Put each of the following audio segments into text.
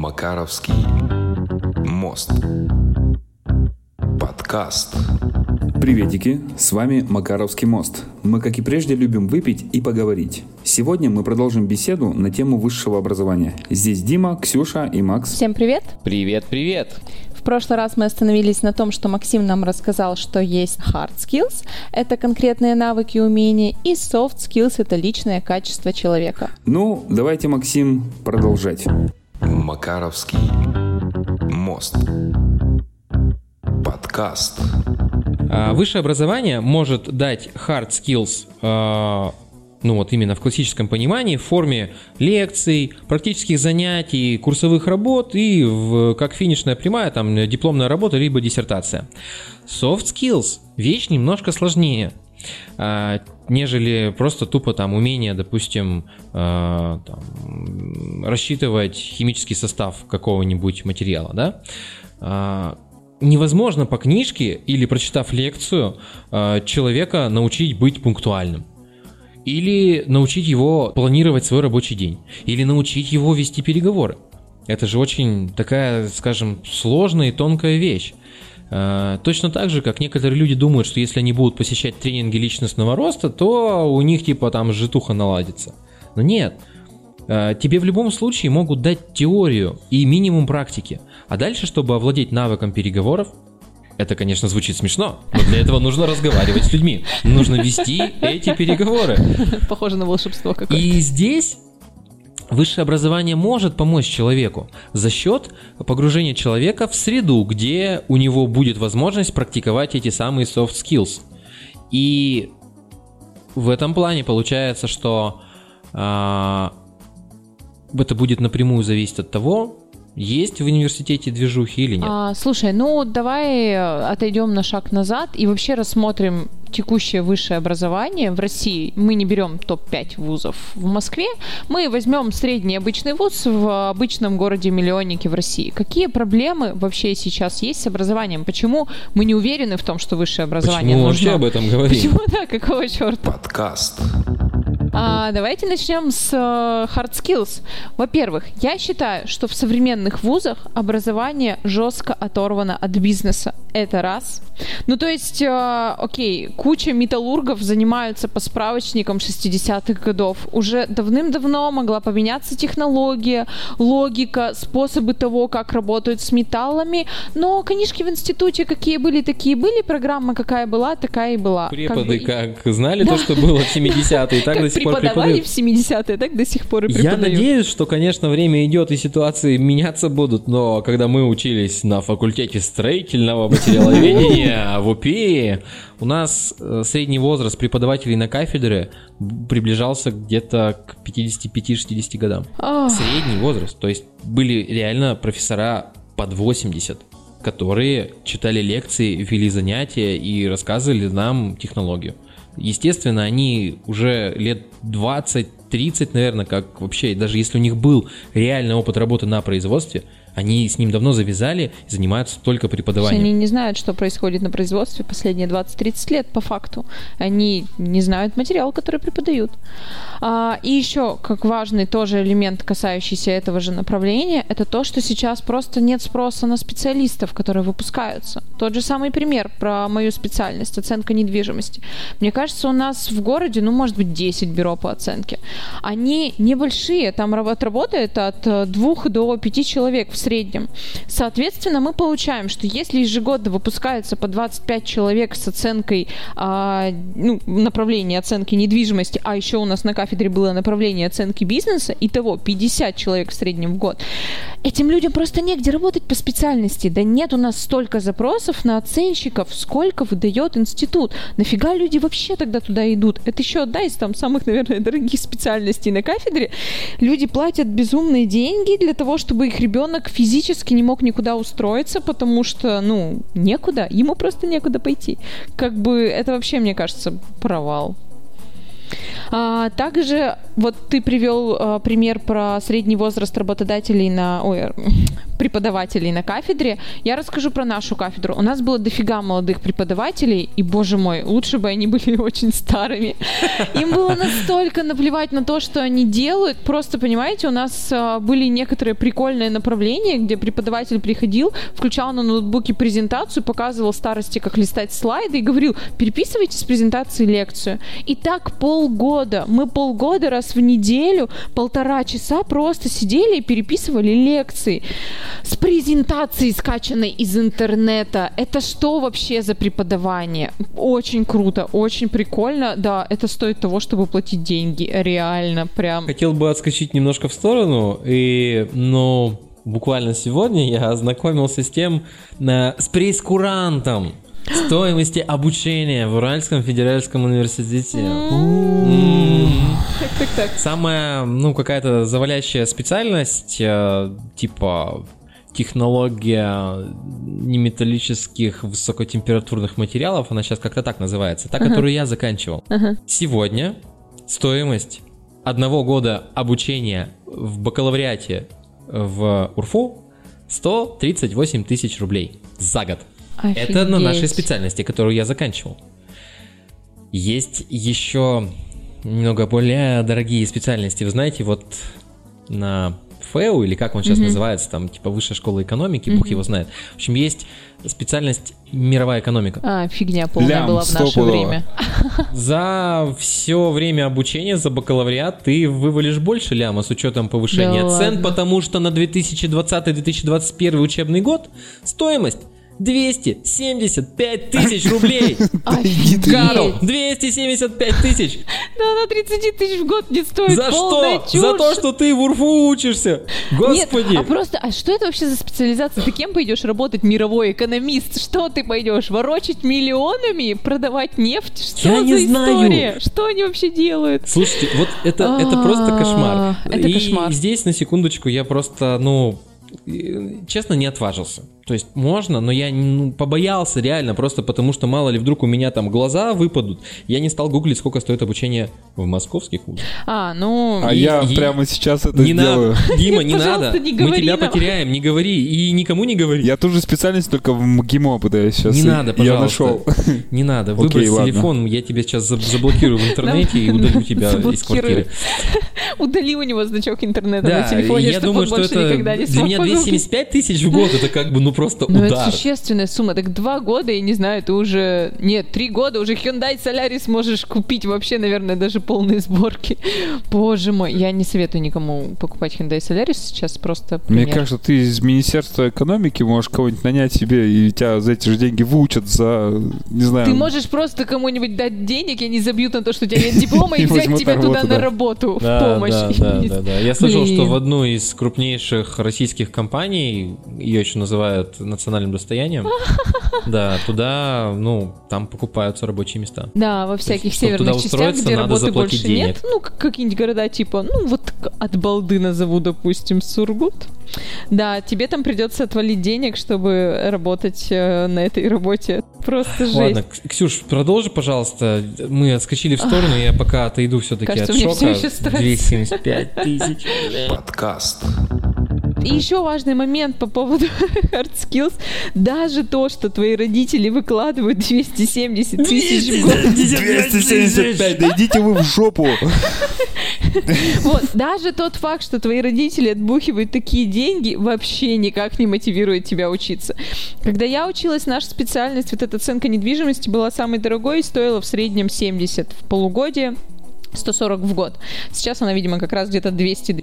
Макаровский мост. Подкаст. Приветики, с вами Макаровский мост. Мы, как и прежде, любим выпить и поговорить. Сегодня мы продолжим беседу на тему высшего образования. Здесь Дима, Ксюша и Макс. Всем привет! Привет! В прошлый раз мы остановились на том, что Максим нам рассказал, что есть hard skills — это конкретные навыки и умения, и soft skills — это личное качество человека. Ну, давайте, Максим, продолжать. Макаровский мост. Подкаст. Высшее образование может дать hard skills, именно в классическом понимании, в форме лекций, практических занятий, курсовых работ и как финишная прямая, там, дипломная работа либо диссертация. Soft skills – вещь немножко сложнее, нежели просто тупо там умение, допустим, рассчитывать химический состав какого-нибудь материала, да? Невозможно по книжке или прочитав лекцию человека научить быть пунктуальным. Или научить его планировать свой рабочий день. Или научить его вести переговоры. Это же очень такая, скажем, сложная и тонкая вещь. Точно так же, как некоторые люди думают, что если они будут посещать тренинги личностного роста, то у них типа там житуха наладится. Но нет. Тебе в любом случае могут дать теорию и минимум практики. А дальше, чтобы овладеть навыком переговоров, это, конечно, звучит смешно, но для этого нужно разговаривать с людьми. Нужно вести эти переговоры. Похоже на волшебство какое-то. И здесь высшее образование может помочь человеку за счет погружения человека в среду, где у него будет возможность практиковать эти самые soft skills. И в этом плане получается, что это будет напрямую зависеть от того, есть в университете движухи или нет. Слушай, давай отойдем на шаг назад и вообще рассмотрим текущее высшее образование в России. Мы не берем топ-5 вузов в Москве, мы возьмем средний обычный вуз в обычном городе-миллионнике в России. Какие проблемы вообще сейчас есть с образованием? Почему мы не уверены в том, что высшее образование нужно? Почему вообще об этом говорим? Почему, да, какого черта? Подкаст. Давайте начнем с hard skills. Во-первых, я считаю, что в современных вузах образование жестко оторвано от бизнеса. Это раз. Куча металлургов занимаются по справочникам 60-х годов. Уже давным-давно могла поменяться технология, логика, способы того, как работают с металлами. Но книжки в институте какие были, такие были. Программа какая была, такая и была. Преподы как знали то, что было в 70-е, так до сих пор преподавали в 70-е, так до сих пор и преподают. Я надеюсь, что, конечно, время идет и ситуации меняться будут, но когда мы учились на факультете строительного материаловедения в УПИ, у нас средний возраст преподавателей на кафедре приближался где-то к 55-60 годам. Средний возраст. То есть были реально профессора под 80, которые читали лекции, вели занятия и рассказывали нам технологию. Естественно, они уже лет 20-30, наверное, как вообще, даже если у них был реальный опыт работы на производстве, они с ним давно завязали и занимаются только преподаванием. Они не знают, что происходит на производстве последние 20-30 лет, по факту. Они не знают материал, который преподают. И еще, как важный тоже элемент, касающийся этого же направления, это то, что сейчас просто нет спроса на специалистов, которые выпускаются. Тот же самый пример про мою специальность, оценка недвижимости. Мне кажется, у нас в городе, может быть, 10 бюро по оценке. Они небольшие, там работает от 2 до 5 человек в среднем. Соответственно, мы получаем, что если ежегодно выпускается по 25 человек с оценкой направления оценки недвижимости, а еще у нас на кафедре было направление оценки бизнеса, итого 50 человек в среднем в год, этим людям просто негде работать по специальности. Да нет у нас столько запросов на оценщиков, сколько выдает институт. Нафига люди вообще тогда туда идут? Это еще одна из самых, наверное, дорогих специальностей на кафедре. Люди платят безумные деньги для того, чтобы их ребенок физически не мог никуда устроиться, потому что, некуда, ему просто некуда пойти. Это вообще, мне кажется, провал. Также вот ты привел пример про средний возраст преподавателей на кафедре. Я расскажу про нашу кафедру. У нас было дофига молодых преподавателей, и, боже мой, лучше бы они были очень старыми. Им было настолько наплевать на то, что они делают. Просто, понимаете, у нас были некоторые прикольные направления, где преподаватель приходил, включал на ноутбуке презентацию, показывал старости, как листать слайды, и говорил: переписывайте с презентации лекцию. И так полгода. Мы полгода раз в неделю 1,5 часа просто сидели и переписывали лекции с презентацией, скачанной из интернета. Это что вообще за преподавание? Очень круто, очень прикольно. Да, это стоит того, чтобы платить деньги. Реально, прям. Хотел бы отскочить немножко в сторону, буквально сегодня я ознакомился с прейскурантом стоимости обучения в Уральском федеральном университете. Так. Самая, какая-то завалящая специальность, типа технология неметаллических высокотемпературных материалов, она сейчас как-то так называется, та, которую я заканчивал. Сегодня стоимость 1 года обучения в бакалавриате в УрФУ 138 тысяч рублей за год. Офигеть. Это на нашей специальности, которую я заканчивал. Есть еще немного более дорогие специальности. Вы знаете, вот на ФЭУ, или как он сейчас называется, там типа Высшая школа экономики, бог его знает. В общем, есть специальность мировая экономика. Фигня полная была в наше время. За все время обучения, за бакалавриат ты вывалишь больше ляма с учетом повышения цен, потому что на 2020-2021 учебный год стоимость 275 тысяч рублей. Карл, 275 тысяч. Да, на 30 тысяч в год не стоит. За что? Чушь. За то, что ты в УрФУ учишься. Господи. Нет, что это вообще за специализация? Ты кем пойдешь работать? Мировой экономист? Что ты пойдешь? Ворочать миллионами? Продавать нефть? Что я не за знаю. История? Что они вообще делают? Слушайте, вот это просто кошмар. Это кошмар. И здесь, на секундочку, я просто, честно, не отважился. То есть можно, но я побоялся реально, просто потому что мало ли вдруг у меня там глаза выпадут. Я не стал гуглить, сколько стоит обучение в московских вузах. Я прямо сейчас это сделаю. Дима, не надо. Мы тебя потеряем, не говори. И никому не говори. Я ту же специальность, только в МГИМО пытаюсь сейчас. Не надо, пожалуйста. Я нашел. Не надо. Выбрось телефон, я тебя сейчас заблокирую в интернете и удалю тебя из квартиры. Удали у него значок интернета на телефоне, чтобы он больше никогда не смог. Для меня 275 тысяч в год, это как бы, просто удар. Это существенная сумма. Так 2 года, я не знаю, ты уже... Нет, 3 года уже Hyundai Solaris можешь купить вообще, наверное, даже полные сборки. Боже мой, я не советую никому покупать Hyundai Solaris сейчас, просто пример. Мне кажется, ты из Министерства экономики можешь кого-нибудь нанять себе, и тебя за эти же деньги выучат за, не знаю... Ты можешь просто кому-нибудь дать денег, и они забьют на то, что у тебя нет диплома, и взять тебя туда на работу в помощь. Да. Я слышал, что в одну из крупнейших российских компаний, ее еще называют национальным достоянием, да, туда, там покупаются рабочие места. Да, во всяких северных частях, где работы больше нет. Какие-нибудь города типа, от балды назову, допустим, Сургут. Да, тебе там придется отвалить денег, чтобы работать на этой работе. Просто жесть. Ладно, Ксюш, продолжи, пожалуйста. Мы отскочили в сторону, я пока отойду все-таки от шока. 275 тысяч. Подкаст. И еще важный момент по поводу hard skills. Даже то, что твои родители выкладывают 270 тысяч в год. 275, да идите вы в жопу. Вот, даже тот факт, что твои родители отбухивают такие деньги, вообще никак не мотивирует тебя учиться. Когда я училась, наша специальность, вот эта оценка недвижимости была самой дорогой и стоила в среднем 70 в полугодие. 140 в год. Сейчас она, видимо, как раз где-то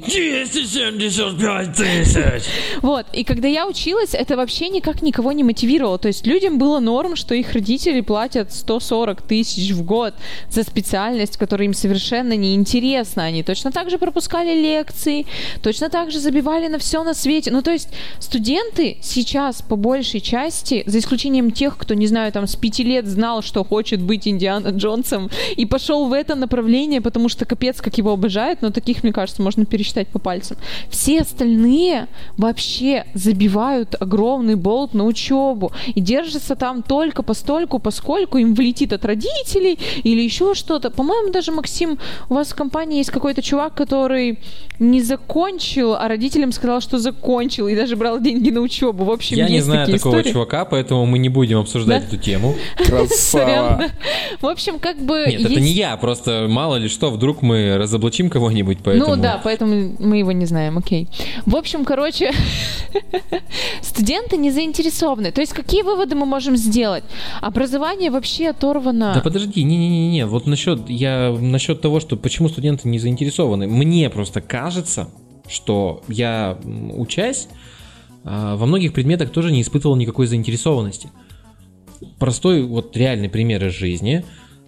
275 тысяч! Вот. И когда я училась, это вообще никак никого не мотивировало. То есть людям было норм, что их родители платят 140 тысяч в год за специальность, которая им совершенно неинтересна. Они точно так же пропускали лекции, точно так же забивали на все на свете. То есть студенты сейчас по большей части, за исключением тех, кто, не знаю, там с 5 лет знал, что хочет быть Индиана Джонсом и пошел в это направление, обучения, потому что капец, как его обожают, но таких, мне кажется, можно пересчитать по пальцам. Все остальные вообще забивают огромный болт на учебу и держатся там только постольку, поскольку им влетит от родителей или еще что-то. По-моему, даже, Максим, у вас в компании есть какой-то чувак, который не закончил, а родителям сказал, что закончил, и даже брал деньги на учебу. В общем, я есть не знаю такие такого истории. чувака, поэтому мы не будем обсуждать эту тему. Красава. В общем, как бы... Нет, это не я, просто мало ли что, вдруг мы разоблачим кого-нибудь, поэтому... Ну да, поэтому мы его не знаем, окей. В общем, короче, студенты не заинтересованы. То есть какие выводы мы можем сделать? Образование вообще оторвано... Да подожди, не-не-не, вот насчет того, что почему студенты не заинтересованы. Мне просто кажется, что я, учась, во многих предметах тоже не испытывал никакой заинтересованности. Простой вот реальный пример из жизни.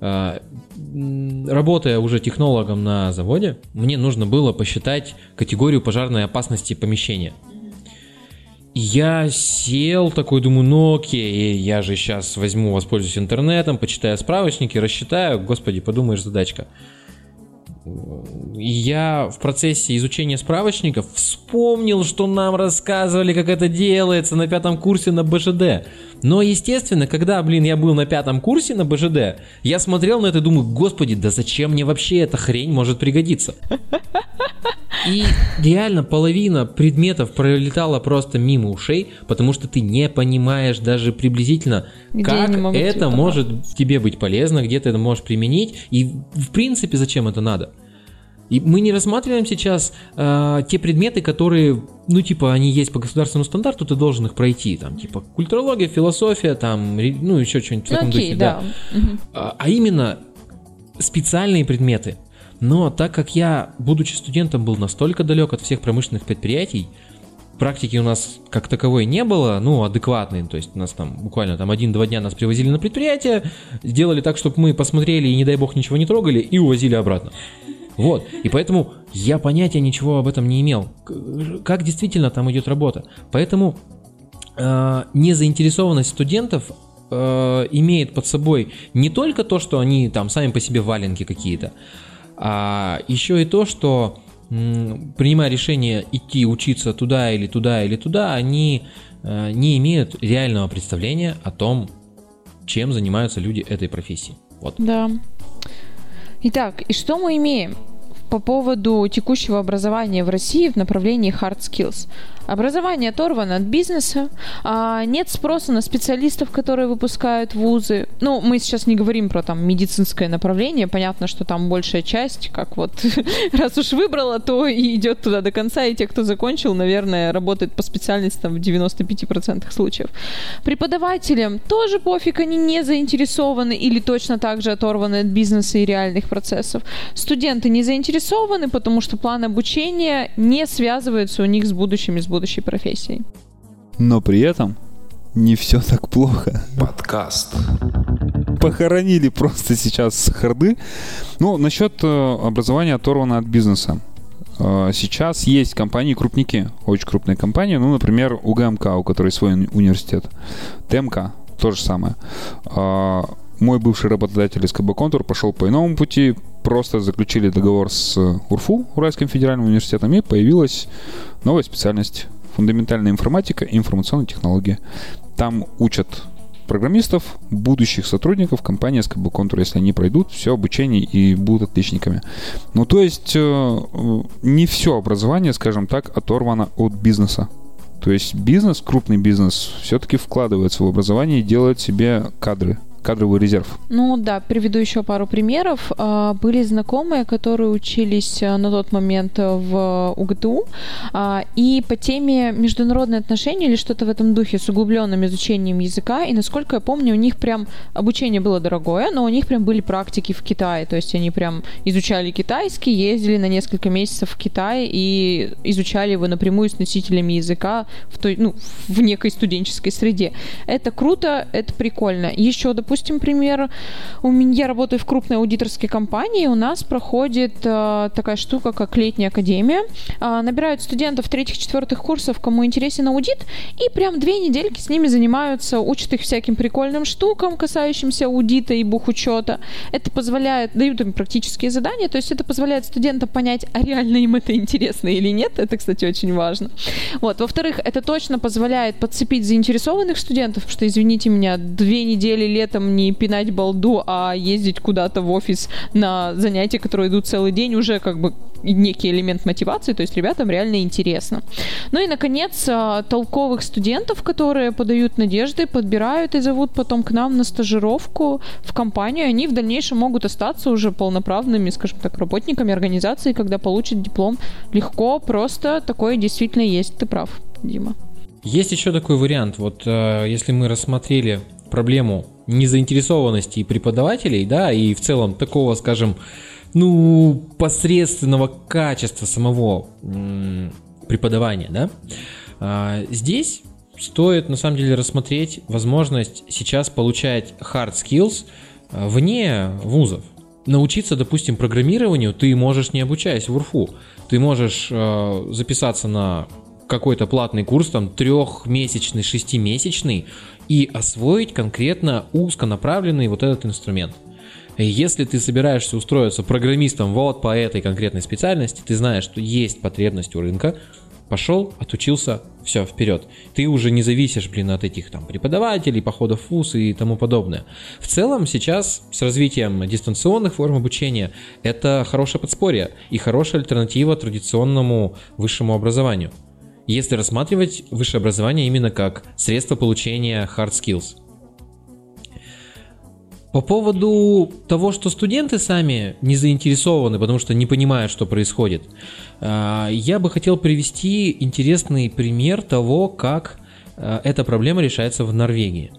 Работая уже технологом на заводе, мне нужно было посчитать категорию пожарной опасности помещения. И я сел такой, думаю, ну окей, я же сейчас возьму, воспользуюсь интернетом, почитаю справочники, рассчитаю, господи, подумаешь, задачка. И я в процессе изучения справочников вспомнил, что нам рассказывали, как это делается на 5 курсе на БЖД. Но, естественно, когда, я был на 5 курсе на БЖД, я смотрел на это и думаю, господи, да зачем мне вообще эта хрень может пригодиться? И реально половина предметов пролетала просто мимо ушей, потому что ты не понимаешь даже приблизительно, Где как они могут это тебе может тебе быть полезно, где ты это можешь применить, и в принципе зачем это надо. И мы не рассматриваем сейчас те предметы, которые, они есть по государственному стандарту, ты должен их пройти, там, типа культурология, философия, там, еще что-нибудь в этом духе, да. А именно специальные предметы. Но так как я, будучи студентом, был настолько далек от всех промышленных предприятий, практики у нас как таковой не было, адекватной, то есть у нас там буквально 1-2 дня нас привозили на предприятие, сделали так, чтобы мы посмотрели и, не дай бог, ничего не трогали, и увозили обратно. Вот, и поэтому я понятия ничего об этом не имел, как действительно там идет работа. Поэтому незаинтересованность студентов имеет под собой не только то, что они там сами по себе валенки какие-то, а еще и то, что, принимая решение идти учиться туда или туда или туда, они не имеют реального представления о том, чем занимаются люди этой профессии. Вот. Да. Итак, и что мы имеем по поводу текущего образования в России в направлении hard skills? Образование оторвано от бизнеса, нет спроса на специалистов, которые выпускают вузы. Мы сейчас не говорим про медицинское направление, понятно, что там большая часть, как раз уж выбрала, то и идет туда до конца, и те, кто закончил, наверное, работают по специальности в 95% случаев. Преподавателям тоже пофиг, они не заинтересованы или точно так же оторваны от бизнеса и реальных процессов. Студенты не заинтересованы, потому что план обучения не связывается у них с будущим и с будущей профессией. Но при этом не все так плохо. Подкаст. Похоронили просто сейчас харды. Насчет образования оторвано от бизнеса. Сейчас есть компании-крупники, очень крупные компании, например, УГМК, у которой свой университет. ТМК, то же самое. Мой бывший работодатель из КБ «Контур» пошел по иному пути, просто заключили договор с УРФУ, Уральским федеральным университетом, и появилась новая специальность — фундаментальная информатика и информационные технологии. Там учат программистов, будущих сотрудников компании СКБ «Контур». Если они пройдут все обучение и будут отличниками. То есть не все образование, скажем так, оторвано от бизнеса. То есть бизнес, крупный бизнес, все-таки вкладывается в образование и делает себе кадровый резерв. Приведу еще пару примеров. Были знакомые, которые учились на тот момент в УГТУ, и по теме международные отношения или что-то в этом духе с углубленным изучением языка, и, насколько я помню, у них прям обучение было дорогое, но у них прям были практики в Китае, то есть они прям изучали китайский, ездили на несколько месяцев в Китай и изучали его напрямую с носителями языка в некой студенческой среде. Это круто, это прикольно. Еще, допустим, допустим, пример. Я работаю в крупной аудиторской компании, у нас проходит такая штука, как летняя академия. Набирают студентов 3-4 курсов, кому интересен аудит, и прям 2 недельки с ними занимаются, учат их всяким прикольным штукам, касающимся аудита и бухучета. Это позволяет, дают им практические задания, то есть это позволяет студентам понять, а реально им это интересно или нет. Это, кстати, очень важно. Вот. Во-вторых, это точно позволяет подцепить заинтересованных студентов, потому что, извините меня, 2 недели летом не пинать балду, а ездить куда-то в офис на занятия, которые идут целый день, уже как бы некий элемент мотивации, то есть ребятам реально интересно. Ну и, наконец, толковых студентов, которые подают надежды, подбирают и зовут потом к нам на стажировку в компанию, они в дальнейшем могут остаться уже полноправными, скажем так, работниками организации, когда получат диплом легко, просто такое действительно есть. Ты прав, Дима. Есть еще такой вариант. Вот если мы рассмотрели проблему незаинтересованности преподавателей, да, и в целом такого, скажем, посредственного качества самого преподавания, да, здесь стоит на самом деле рассмотреть возможность сейчас получать hard skills вне вузов. Научиться, допустим, программированию ты можешь, не обучаясь в УРФУ. Ты можешь записаться на какой-то платный курс, там 3-месячный, 6-месячный, и освоить конкретно узконаправленный вот этот инструмент. Если ты собираешься устроиться программистом вот по этой конкретной специальности, ты знаешь, что есть потребность у рынка, пошел, отучился, все, вперед. Ты уже не зависишь, от этих там преподавателей, походов в вуз и тому подобное. В целом сейчас с развитием дистанционных форм обучения это хорошее подспорье и хорошая альтернатива традиционному высшему образованию, если рассматривать высшее образование именно как средство получения hard skills. По поводу того, что студенты сами не заинтересованы, потому что не понимают, что происходит, я бы хотел привести интересный пример того, как эта проблема решается в Норвегии.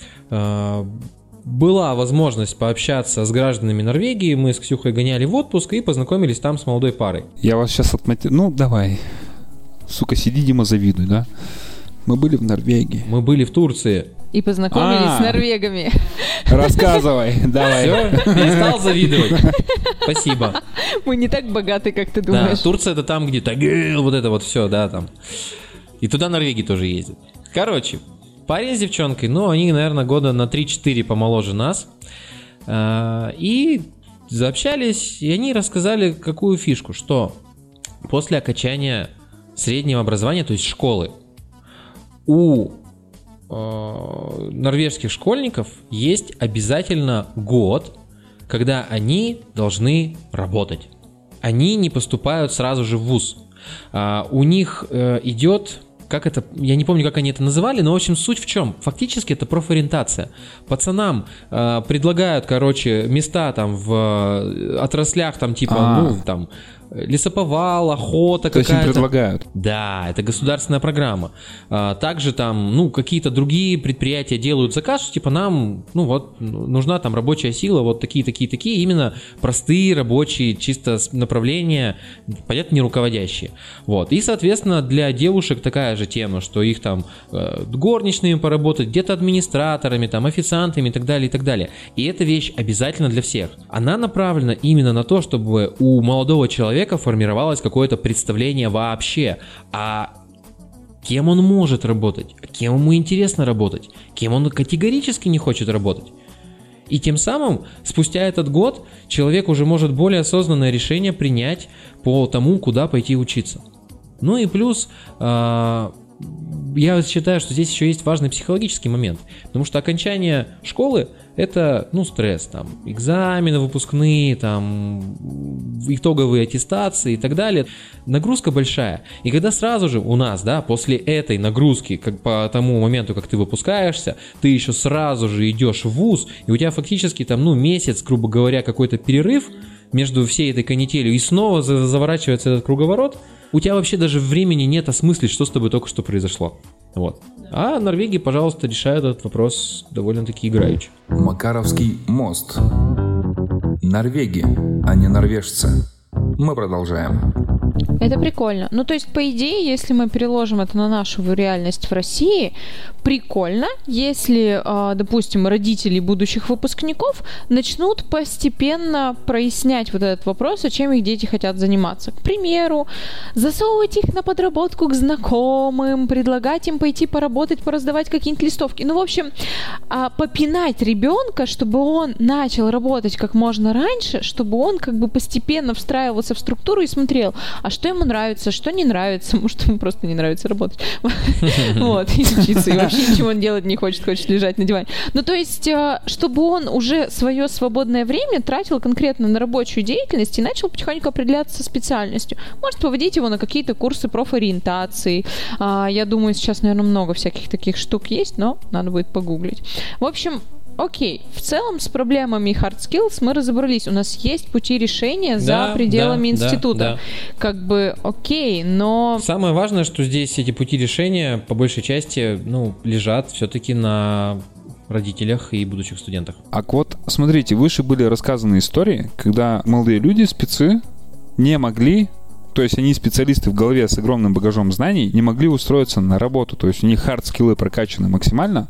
Была возможность пообщаться с гражданами Норвегии, мы с Ксюхой гоняли в отпуск и познакомились там с молодой парой. Я вас сейчас давай. Сука, сиди, Дима, завидуй, да? Мы были в Норвегии. Мы были в Турции. И познакомились с норвегами. Рассказывай, давай. Все, перестал завидовать. Спасибо. Мы не так богаты, как ты думаешь. Да, Турция это там, где Тагил, вот это вот все, да, там. И туда Норвегии тоже ездят. Короче, парень с девчонкой, они, наверное, года на 3-4 помоложе нас. И заобщались, и они рассказали какую фишку, что после окончания среднего образования, то есть школы, у норвежских школьников есть обязательно год, когда они должны работать. Они не поступают сразу же в вуз. У них идет, я не помню, как они это называли, но в общем суть в чем? Фактически это профориентация. Пацанам предлагают, места там в отраслях, там типа, там лесоповал, охота какая-то. То есть им предлагают? Да, это государственная программа. Также там, какие-то другие предприятия делают заказ, что типа нам, нужна там рабочая сила, вот такие, именно простые рабочие, чисто направления, понятно, не руководящие. Вот. И, соответственно, для девушек такая же тема, что их там горничными поработать, где-то администраторами, там, официантами и так далее, и так далее. И эта вещь обязательно для всех. Она направлена именно на то, чтобы у молодого человека формировалось какое-то представление вообще, а кем он может работать, кем ему интересно работать, кем он категорически не хочет работать. И тем самым, спустя этот год, человек уже может более осознанное решение принять по тому, куда пойти учиться. Ну и плюс, я считаю, что здесь еще есть важный психологический момент, потому что окончание школы — это, стресс, там, экзамены выпускные, там, итоговые аттестации и так далее. Нагрузка большая. И когда сразу же у нас, да, после этой нагрузки, как по тому моменту, как ты выпускаешься, ты еще сразу же идешь в вуз, и у тебя фактически там, месяц, грубо говоря, какой-то перерыв между всей этой канителью, и снова заворачивается этот круговорот, у тебя вообще даже времени нет осмыслить, что с тобой только что произошло. Вот. А Норвегия, пожалуйста, решает этот вопрос довольно-таки играючи. Макаровский мост. Норвеги, а не норвежцы. Мы продолжаем. Это прикольно. Ну, то есть, по идее, если мы переложим это на нашу реальность в России, прикольно, если, допустим, родители будущих выпускников начнут постепенно прояснять вот этот вопрос, а чем их дети хотят заниматься. К примеру, засовывать их на подработку к знакомым, предлагать им пойти поработать, пораздавать какие-нибудь листовки. Ну, в общем, попинать ребенка, чтобы он начал работать как можно раньше, чтобы он как бы постепенно встраивался в структуру и смотрел, а что ему нравится, что не нравится, может, ему просто не нравится работать. Вот, и учиться, и вообще ничего он делать не хочет, хочет лежать на диване. Ну, то есть, чтобы он уже свое свободное время тратил конкретно на рабочую деятельность и начал потихоньку определяться со специальностью. Может, поводить его на какие-то курсы профориентации. Я думаю, сейчас, наверное, много всяких таких штук есть, но надо будет погуглить. В общем, окей, в целом с проблемами hard skills мы разобрались. У нас есть пути решения за пределами института. Да. Как бы окей, но... Самое важное, что здесь эти пути решения по большей части, лежат все-таки на родителях и будущих студентах. А вот, смотрите, выше были рассказаны истории, когда молодые люди, спецы, не могли, то есть они специалисты в голове с огромным багажом знаний, не могли устроиться на работу. То есть у них hard-скиллы прокачаны максимально,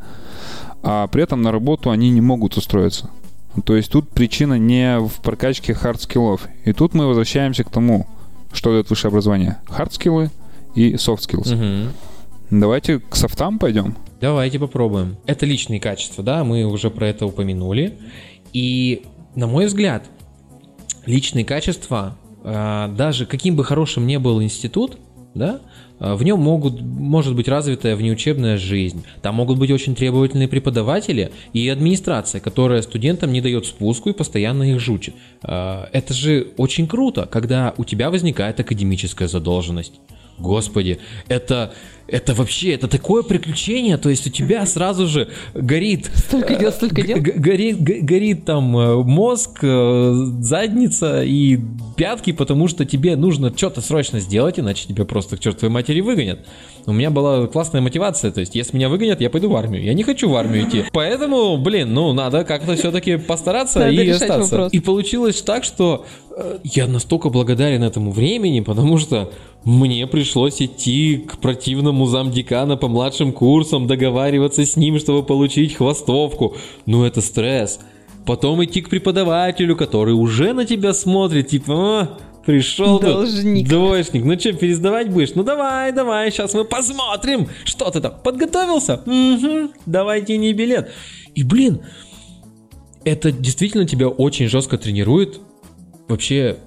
а при этом на работу они не могут устроиться. То есть тут причина не в прокачке hard-скиллов. И тут мы возвращаемся к тому, что дает высшее образование. Hard-скиллы и soft-skills. Угу. Давайте к софтам пойдем. Давайте попробуем. Это личные качества, да, мы уже про это упомянули. И, на мой взгляд, личные качества, даже каким бы хорошим ни был институт, да, в нем может быть развитая внеучебная жизнь. Там могут быть очень требовательные преподаватели и администрация, которая студентам не дает спуску и постоянно их жучит. Это же очень круто, когда у тебя возникает академическая задолженность. Господи, это вообще, это такое приключение, то есть у тебя сразу же горит... Столько дел. Горит там мозг, задница и пятки, потому что тебе нужно что-то срочно сделать, иначе тебя просто к чертовой матери выгонят. У меня была классная мотивация, то есть если меня выгонят, я пойду в армию. Я не хочу в армию идти. Поэтому, надо как-то все-таки постараться и остаться. Вопрос. И получилось так, что я настолько благодарен этому времени, потому что мне пришлось идти к противному замдекана по младшим курсам, договариваться с ним, чтобы получить хвостовку. Это стресс. Потом идти к преподавателю, который уже на тебя смотрит, типа, пришел должник. Двоечник. Что, пересдавать будешь? Давай, сейчас мы посмотрим, что ты там, подготовился? Угу, давай тяни билет. И, это действительно тебя очень жестко тренирует вообще,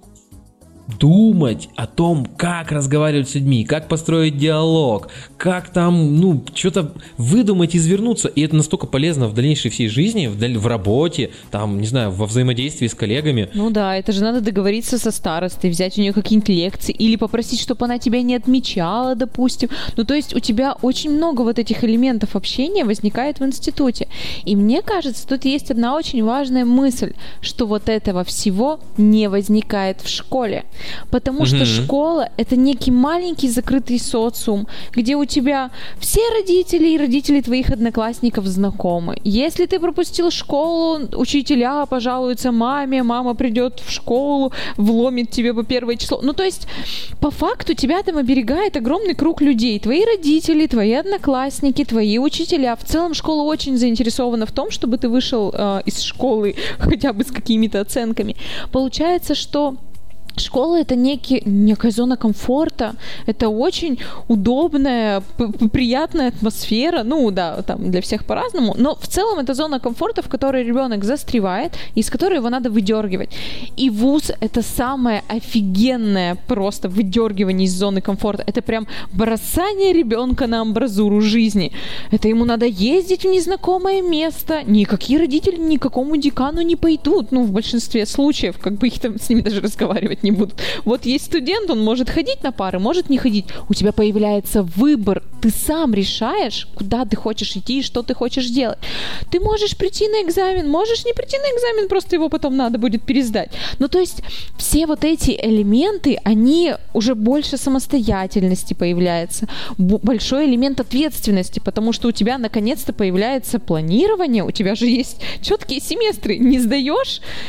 думать о том, как разговаривать с людьми, как построить диалог, как там, что-то выдумать, извернуться. И это настолько полезно в дальнейшей всей жизни, в работе, там, не знаю, во взаимодействии с коллегами. Это же надо договориться со старостой, взять у нее какие-нибудь лекции или попросить, чтобы она тебя не отмечала, допустим. То есть у тебя очень много вот этих элементов общения возникает в институте. И мне кажется, тут есть одна очень важная мысль, что вот этого всего не возникает в школе. Потому что школа — это некий маленький закрытый социум, где у тебя все родители и родители твоих одноклассников знакомы. Если ты пропустил школу, учителя пожалуются маме, мама придет в школу, вломит тебе по первое число. То есть, по факту тебя там оберегает огромный круг людей. Твои родители, твои одноклассники, твои учителя. В целом школа очень заинтересована в том, чтобы ты вышел из школы хотя бы с какими-то оценками. Получается, что школа — это некая зона комфорта, это очень удобная, приятная атмосфера, там для всех по-разному, но в целом это зона комфорта, в которой ребенок застревает, и из которой его надо выдергивать. И вуз — это самое офигенное просто выдергивание из зоны комфорта. Это прям бросание ребенка на амбразуру жизни. Это ему надо ездить в незнакомое место, никакие родители ни к какому декану не пойдут, в большинстве случаев, их там с ними даже разговаривать не будут. Вот есть студент, он может ходить на пары, может не ходить. У тебя появляется выбор. Ты сам решаешь, куда ты хочешь идти и что ты хочешь делать. Ты можешь прийти на экзамен, можешь не прийти на экзамен, просто его потом надо будет пересдать. То есть все вот эти элементы, они уже больше самостоятельности появляется, большой элемент ответственности, потому что у тебя наконец-то появляется планирование, у тебя же есть четкие семестры. Не сдаешь,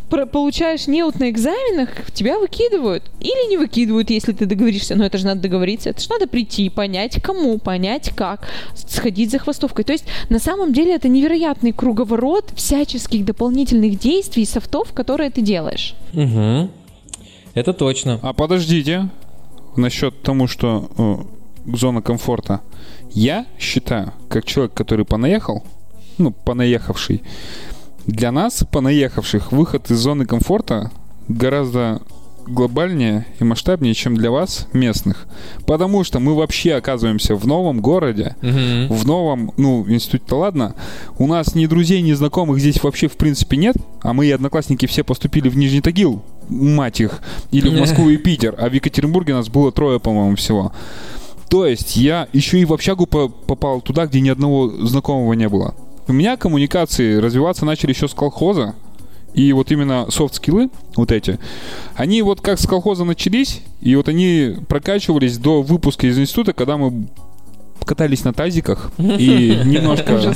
получаешь неуд на экзаменах, тебя выкидывают. Или не выкидывают, если ты договоришься. Но это же надо договориться. Это же надо прийти, понять кому, понять как, сходить за хвостовкой. То есть на самом деле это невероятный круговорот всяческих дополнительных действий и софтов, которые ты делаешь. Угу. Это точно. А подождите, насчет тому, что зона комфорта. Я считаю, как человек, который понаехал, понаехавший, для нас, понаехавших, выход из зоны комфорта гораздо глобальнее и масштабнее, чем для вас, местных. Потому что мы вообще оказываемся в новом городе, в новом, институте-то ладно, у нас ни друзей, ни знакомых здесь вообще в принципе нет, а мы и одноклассники все поступили в Нижний Тагил, мать их, или в Москву и Питер, а в Екатеринбурге нас было 3, по-моему, всего. То есть я еще и в общагу попал туда, где ни одного знакомого не было. У меня коммуникации развиваться начали еще с колхоза. И вот именно софт-скиллы, вот эти, они вот как с колхоза начались, и вот они прокачивались до выпуска из института, когда мы катались на тазиках и немножко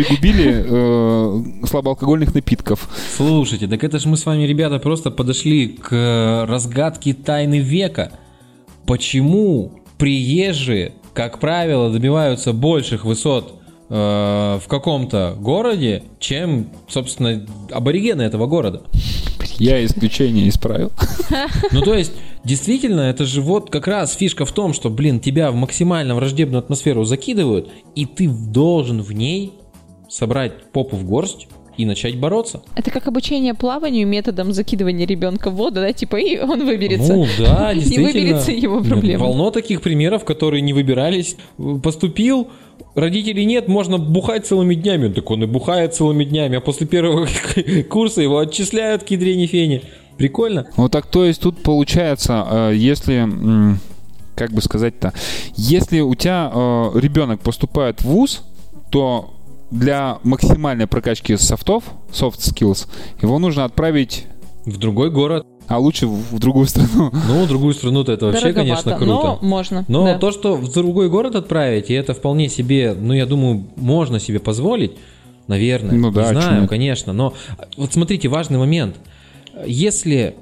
пригубили слабоалкогольных напитков. Слушайте, так это ж мы с вами, ребята, просто подошли к разгадке тайны века. Почему приезжие, как правило, добиваются больших высот в каком-то городе, чем, собственно, аборигены этого города? Я исключение исправил. Ну, то есть, действительно, это же вот как раз фишка в том, что, тебя в максимально враждебную атмосферу закидывают, и ты должен в ней собрать попу в горсть и начать бороться. Это как обучение плаванию методом закидывания ребенка в воду, да, типа, и он выберется. Ну, да, действительно. Не выберется его проблема. Полно таких примеров, которые не выбирались. Поступил, родителей нет, можно бухать целыми днями. Так он и бухает целыми днями, а после первого курса его отчисляют к ядрене фене. Прикольно. Вот так, то есть тут получается, если, как бы сказать-то, если у тебя ребенок поступает в вуз, то для максимальной прокачки софтов, soft skills, его нужно отправить в другой город. А лучше в другую страну. Ну, в другую страну-то это вообще, конечно, круто. Но можно. Но да. То, что в другой город отправить, и это вполне себе, я думаю, можно себе позволить, наверное. Ну да, не знаю, конечно. Но вот смотрите, важный момент. Если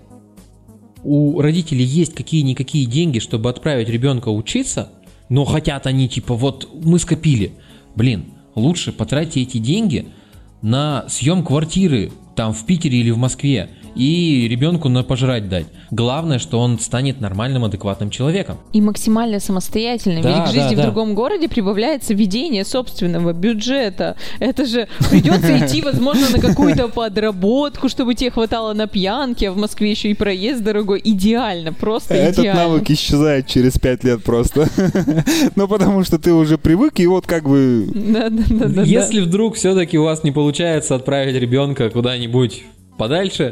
у родителей есть какие-никакие деньги, чтобы отправить ребенка учиться, но хотят они, типа, вот мы скопили, лучше потратьте эти деньги на съем квартиры там в Питере или в Москве и ребенку на пожрать дать. Главное, что он станет нормальным, адекватным человеком. И максимально самостоятельным. Да, ведь к жизни в другом городе прибавляется ведение собственного бюджета. Это же придется идти, возможно, на какую-то подработку, чтобы тебе хватало на пьянки, а в Москве еще и проезд дорогой. Идеально, просто идеально. Этот навык исчезает через 5 лет просто. Ну, потому что ты уже привык, и вот как бы... Да. Если вдруг все-таки у вас не получается отправить ребенка куда-нибудь подальше,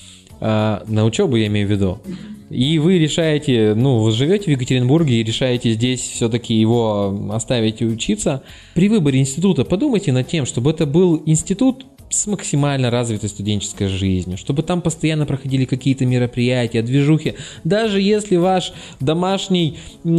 на учебу я имею в виду, и вы решаете, вы живете в Екатеринбурге и решаете здесь все-таки его оставить и учиться, при выборе института подумайте над тем, чтобы это был институт с максимально развитой студенческой жизнью, чтобы там постоянно проходили какие-то мероприятия, движухи, даже если ваш домашний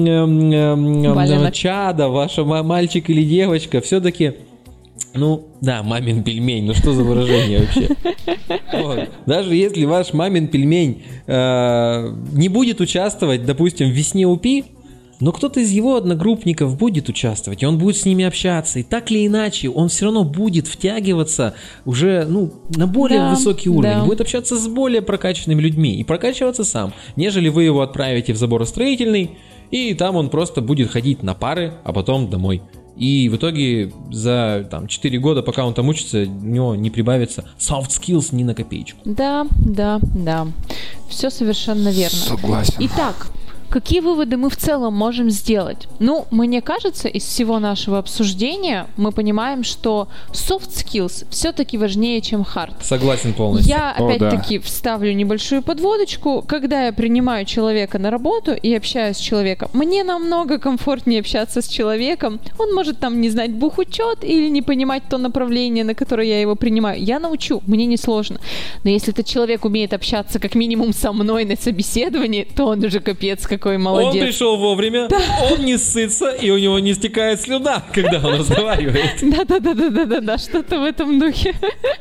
чадо, ваш мальчик или девочка все-таки... мамин пельмень, что за выражение вообще? Вот. Даже если ваш мамин пельмень не будет участвовать, допустим, в весне УПИ, но кто-то из его одногруппников будет участвовать, и он будет с ними общаться, и так или иначе он все равно будет втягиваться уже на более высокий уровень, будет общаться с более прокачанными людьми и прокачиваться сам, нежели вы его отправите в заборостроительный, и там он просто будет ходить на пары, а потом домой. И в итоге за 4 года, пока он там учится, у него не прибавится soft skills ни на копеечку. Да. Все совершенно верно. Согласен. Итак, какие выводы мы в целом можем сделать? Мне кажется, из всего нашего обсуждения мы понимаем, что soft skills все-таки важнее, чем hard. Согласен полностью. Я опять-таки вставлю небольшую подводочку. Когда я принимаю человека на работу и общаюсь с человеком, мне намного комфортнее общаться с человеком. Он может не знать бухучет или не понимать то направление, на которое я его принимаю. Я научу, мне не сложно. Но если этот человек умеет общаться как минимум со мной на собеседовании, то он уже капец как какой молодец. Он пришел вовремя, он не ссытся, и у него не стекает слюна, когда он разговаривает. Да, что-то в этом духе.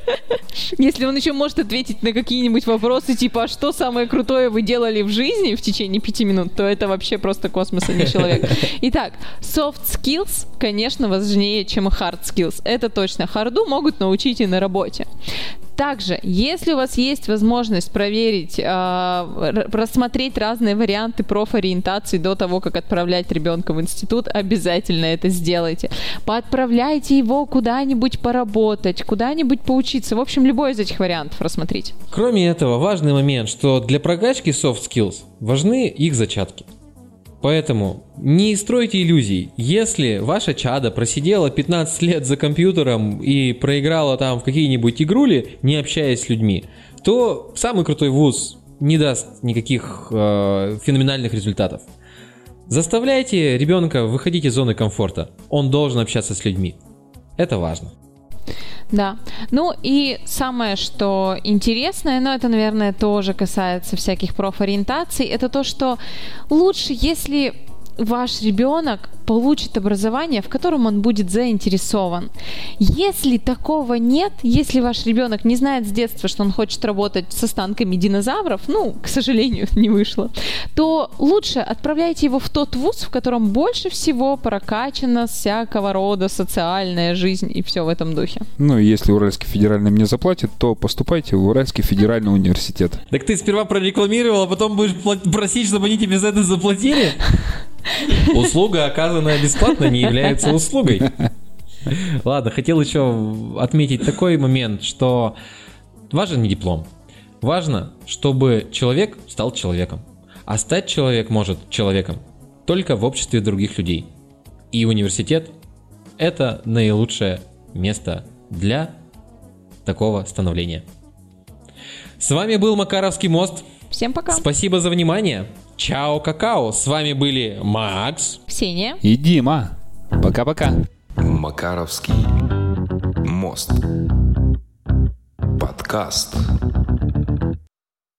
Если он еще может ответить на какие-нибудь вопросы, типа, а что самое крутое вы делали в жизни в течение 5 минут, то это вообще просто космос, а не человек. Итак, soft skills, конечно, важнее, чем hard skills. Это точно. Харду могут научить и на работе. Также, если у вас есть возможность проверить, рассмотреть разные варианты профориентации до того, как отправлять ребенка в институт, обязательно это сделайте. Поотправляйте его куда-нибудь поработать, куда-нибудь поучиться. В общем, любой из этих вариантов рассмотрите. Кроме этого, важный момент, что для прокачки soft skills важны их зачатки. Поэтому не стройте иллюзий. Если ваша чадо просидела 15 лет за компьютером и проиграла там в какие-нибудь игрули, не общаясь с людьми, то самый крутой вуз не даст никаких феноменальных результатов. Заставляйте ребенка выходить из зоны комфорта. Он должен общаться с людьми. Это важно. Да. Ну и самое, что интересное, но это, наверное, тоже касается всяких профориентаций, это то, что лучше, если ваш ребенок получит образование, в котором он будет заинтересован. Если такого нет, если ваш ребенок не знает с детства, что он хочет работать с останками динозавров, к сожалению, не вышло, то лучше отправляйте его в тот вуз, в котором больше всего прокачана всякого рода социальная жизнь и все в этом духе. Если Уральский федеральный мне заплатит, то поступайте в Уральский федеральный университет. Так ты сперва прорекламировал, а потом будешь просить, чтобы они тебе за это заплатили? Услуга, оказанная бесплатно, не является услугой. Ладно, хотел еще отметить такой момент, что важен не диплом. Важно, чтобы человек стал человеком. А стать человек может человеком только в обществе других людей. И университет – это наилучшее место для такого становления. С вами был Макаровский мост. Всем пока. Спасибо за внимание. Чао, какао. С вами были Макс, Ксения и Дима. Пока-пока. Макаровский мост. Подкаст.